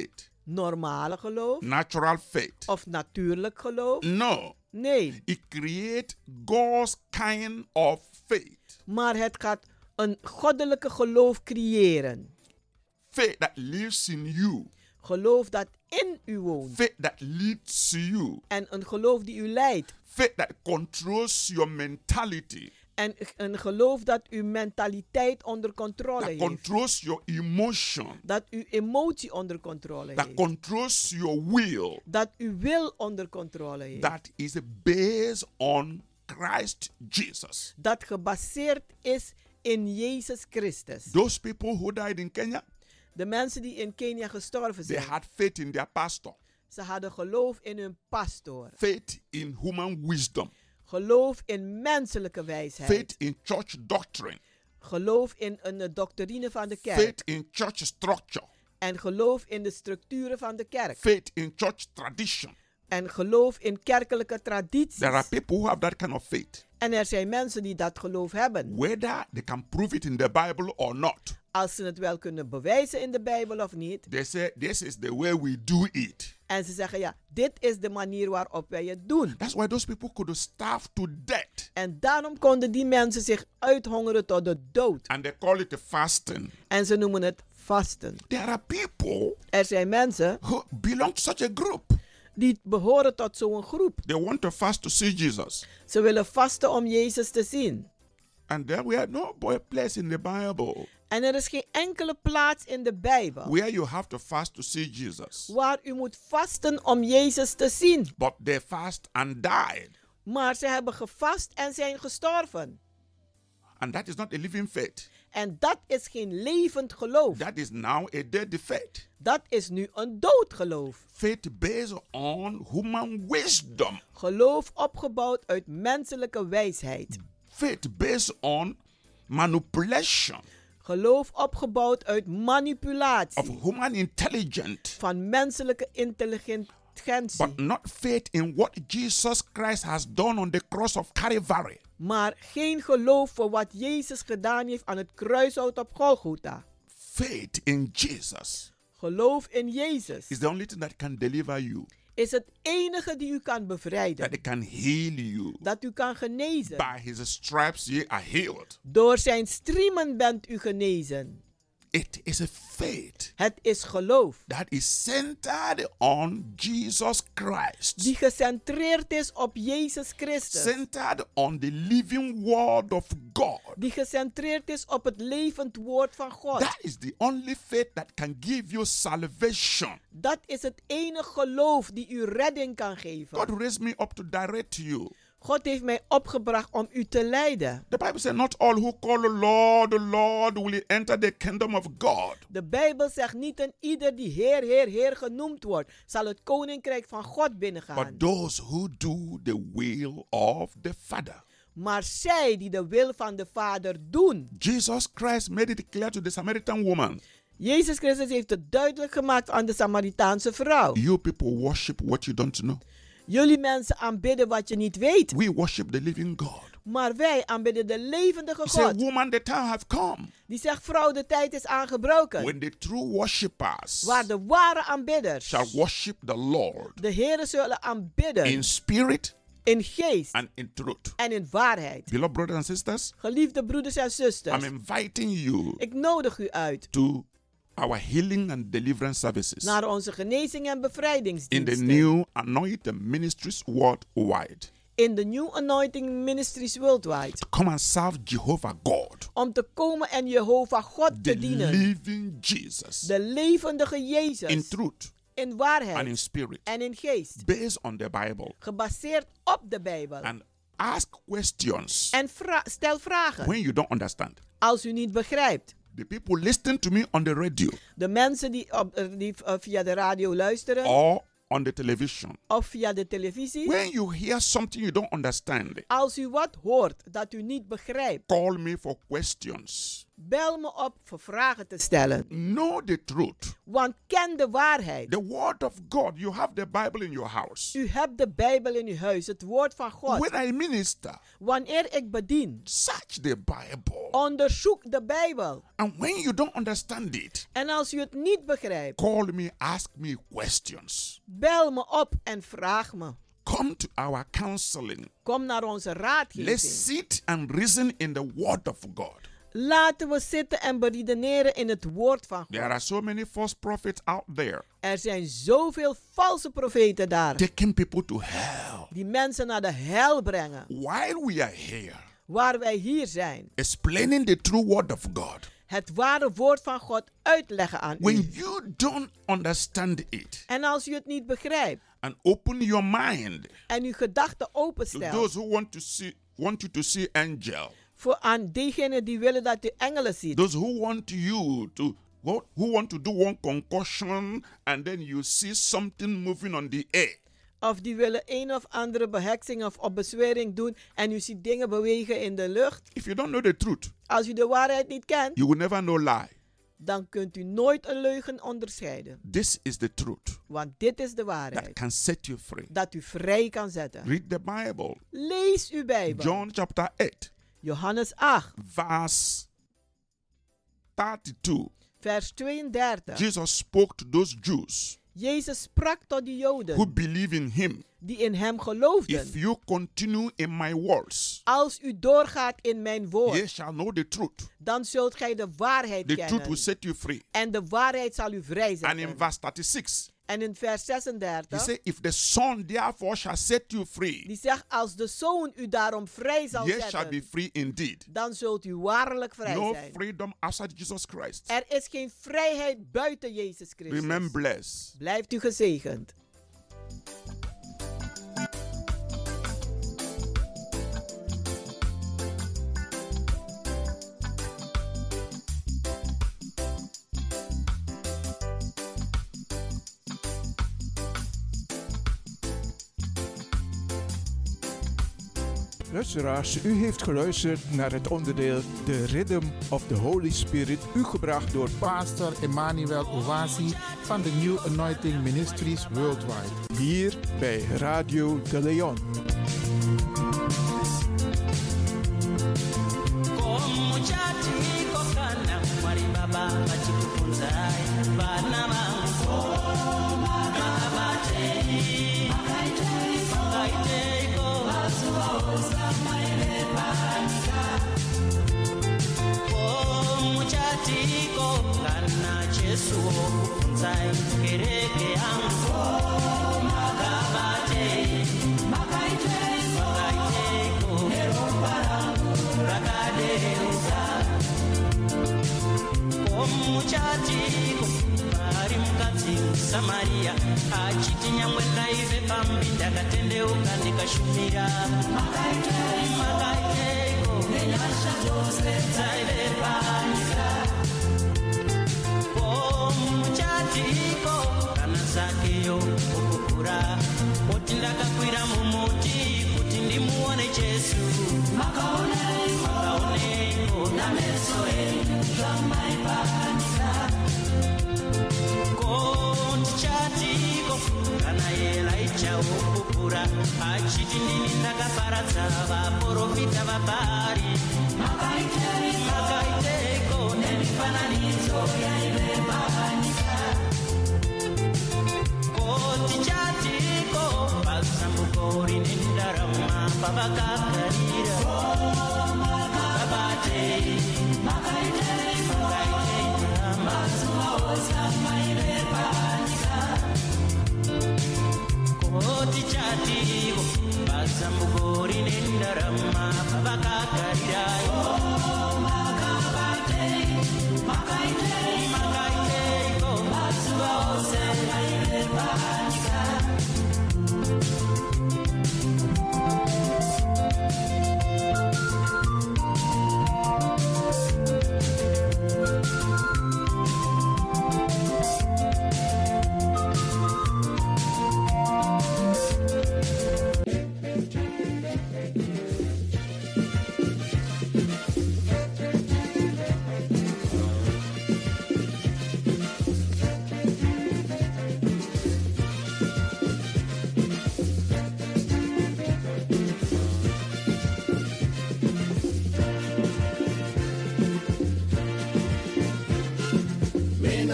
normale geloof. Natural faith. Of natuurlijk geloof. No. Nee. It creates God's kind of faith. Maar het gaat een goddelijke geloof creëren. Faith that lives in you. Geloof dat in u woont. Faith that leads you. En een geloof die u leidt. Faith that controls your mentality. En een geloof dat uw mentaliteit onder controle that heeft. Controls your emotion. Dat uw emotie onder controle that heeft. Controls your will. Dat uw wil onder controle heeft. That is based on Christ Jesus. Dat gebaseerd is in Jezus Christus. Those people who died in Kenya. De mensen die in Kenia gestorven zijn. They had faith in their pastor. Ze hadden geloof in hun pastoor. Faith in human wisdom. Geloof in menselijke wijsheid. Faith in church doctrine. Geloof in een doctrine van de kerk. Faith in church structure. En geloof in de structuren van de kerk. Faith in church tradition. En geloof in kerkelijke tradities. There are people who have that kind of faith. En er zijn mensen die dat geloof hebben. Whether they can prove it in the Bible or not. Als ze het wel kunnen bewijzen in de Bijbel of niet. They say this is the way we do it. En ze zeggen ja, dit is de manier waarop wij het doen. That's why those people could starve to death. En daarom konden die mensen zich uithongeren tot de dood. And they call it fasting. En ze noemen het vasten. There are people er zijn mensen who belong to such a group. Die behoren tot zo'n groep. They want to fast to see Jesus. Ze willen vasten om Jezus te zien. And there we have no place in the Bible. En er is geen enkele plaats in de Bijbel. Where you have to fast to see Jesus. Waar u moet vasten om Jezus te zien. But they fast and died. Maar ze hebben gevast en zijn gestorven. And that is not a living faith. En dat is geen levend geloof. That is now a dead faith. Dat is nu een dood geloof. Faith based on human wisdom. Geloof opgebouwd uit menselijke wijsheid. Faith based on manipulation. Geloof opgebouwd uit manipulatie. Of human intelligence. Van menselijke intelligentie. But not faith in what Jesus Christ has done on the cross of Calvary. Maar geen geloof voor wat Jezus gedaan heeft aan het kruishout op Golgotha. Faith in Jesus. Geloof in Jezus. Is the only thing that can deliver you. Is het enige die u kan bevrijden. That it can heal you. Dat u kan genezen. By his stripes ye are healed. Door zijn striemen bent u genezen. It is a faith. Het is geloof. That is centered on Jesus Christ. Die gecentreerd is op Jezus Christus. Centered on the living word of God. Die gecentreerd is op het levend woord van God. That is the only faith that can give you salvation. Dat is het enige geloof die u redding kan geven. God raised me up to direct you. God heeft mij opgebracht om u te leiden. The Bible says not all who call the Lord, the Lord will enter the kingdom of God. De Bijbel zegt niet een ieder die Heer, Heer, Heer genoemd wordt, zal het koninkrijk van God binnengaan. But those who do the will of the Father. Maar zij die de wil van de Vader doen. Jesus Christ made it clear to the Samaritan woman. Jezus Christus heeft het duidelijk gemaakt aan de Samaritaanse vrouw. You people worship what you don't know. Jullie mensen aanbidden wat je niet weet. We worship the living God. Maar wij aanbidden de levendige God. Say, woman, the time have come. Die zegt, vrouw, de tijd is aangebroken. When the true worshippers waar de ware aanbidders shall worship the Lord. De Heere zullen aanbidden. In spirit. In geest. And in truth. En in waarheid. Beloved brothers and sisters. Geliefde broeders en zusters. I'm inviting you. Ik nodig u uit. To our healing and deliverance services. Naar onze genezing en bevrijdingsdiensten. In the new anointing ministries worldwide. In the new anointing ministries worldwide. To come and serve Jehovah God. Om te komen en Jehovah God the te dienen. The living Jesus. De levendige Jezus. In truth. In waarheid. And in spirit. En in geest. Based on the Bible. Gebaseerd op de Bijbel. And ask questions. En vra- stel vragen. When you don't understand. Als u niet begrijpt. The people listening to me on the radio. De mensen die, op, die uh, via de radio luisteren. Or on the television. Of via de televisie. When you hear something you don't understand. Als u wat hoort dat u niet begrijpt. Call me for questions. Bel me op voor vragen te stellen. Know the truth. Want ken de waarheid. The word of God. You have the Bible in your house. U hebt de Bijbel in uw huis, het woord van God. When I minister, wanneer ik bedien, search the Bible. Onderzoek de Bijbel. And when you don't understand it, en als u het niet begrijpt, call me, ask me questions. Bel me op en vraag me. Come to our counseling. Kom naar onze raadgeving. Let's sit and reason in the word of God. Laten we zitten en beredeneren in het woord van God. There are so many false prophets out there. Er zijn zoveel valse profeten daar. Taking people to hell. Die mensen naar de hel brengen. While we are here. Waar wij hier zijn. Explaining the true word of God. Het ware woord van God uitleggen aan When u. you don't understand it. En als u het niet begrijpt. And open your mind. En uw gedachten openstelt. To those who want to see, want you to see angel. Voor aan diegenen die willen dat u engelen ziet. Those who want you to who want to do one concussion and then you see something moving on the air. Of die willen een of andere beheksing of, of bezwering doen en u ziet dingen bewegen in de lucht. If you don't know the truth, als u de waarheid niet kent, you will never know lie. Dan kunt u nooit een leugen onderscheiden. This is the truth. Want dit is de waarheid. That can set you free. Dat u vrij kan zetten. Read the Bible. Lees uw Bijbel. John chapter eight. Johannes acht. Vers thirty-two. Vers tweeëndertig. Jesus spoke to those Jews. Jezus sprak tot de Joden. Who believe in him. Die in hem geloofden. If you continue in my words. Als u doorgaat in mijn woord. Ye shall know the truth. Dan zult gij de waarheid the kennen. Truth will set you free. En de waarheid zal u vrijzetten. And in verse thirty-six. En in vers zesendertig. He said, if the Son therefore shall set you free. Die zegt, als de Zoon u daarom vrij zal ye zetten. shall be free indeed. Dan zult u waarlijk vrij no zijn. No freedom outside Jesus Christ. Er is geen vrijheid buiten Jezus Christus. Remain blessed. Blijft u gezegend. Luisteraars, u heeft geluisterd naar het onderdeel The Rhythm of the Holy Spirit, u gebracht door Pastor Emmanuel Owasi van de New Anointing Ministries Worldwide. Hier bij Radio de Leon. Samaria achiti nyangwe ndaive pambi ndakatendeuka ndikashumira makaiteko nenyasha dzose dzaive panyika ko muchatiko kana zakeyo kukura kuti ndakakwira mumuti kuti ndimuone Jesu makaoneko nameso enyu zvamaipanyika chatiko kana Elijah wokukura achiti ndini ndakaparadza vaprofita vabhari makaiteko nemifananidzo yaive panyika koti chatiko pasambuko rine ndarama pavakagarira vabatei makaiteko mazuva ose amaive panyika koti chatiko pasambuko rine ndarama pavakagarirayo makabatei makaitei makaiteiko mazuva ose amaive panyika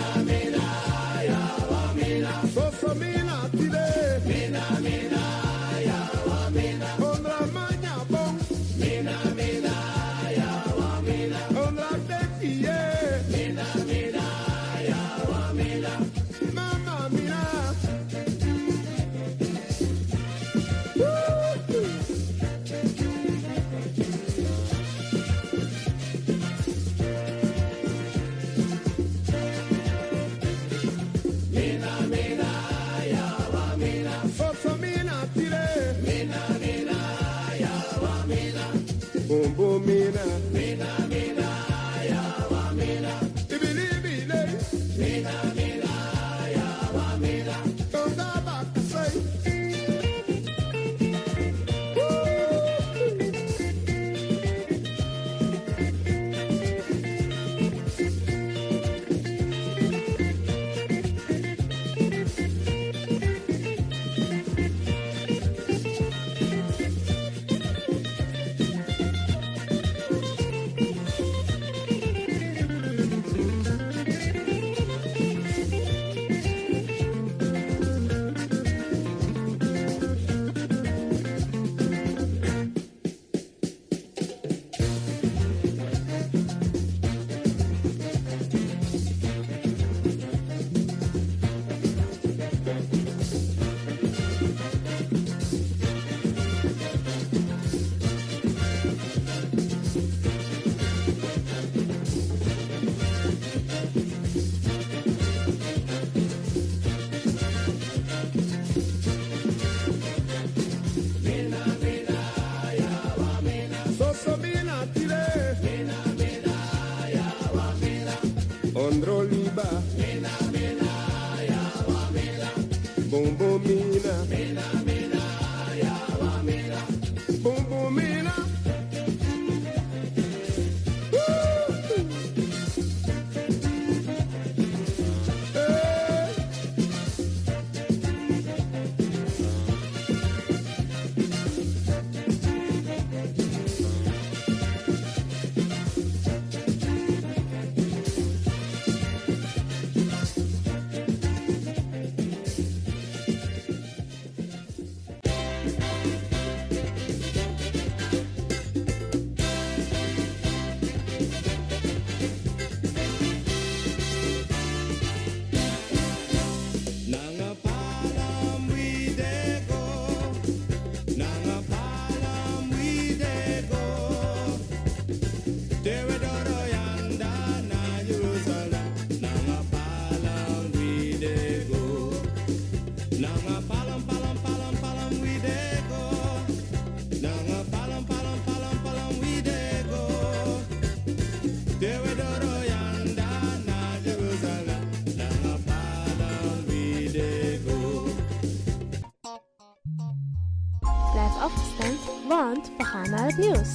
want we gaan naar het nieuws.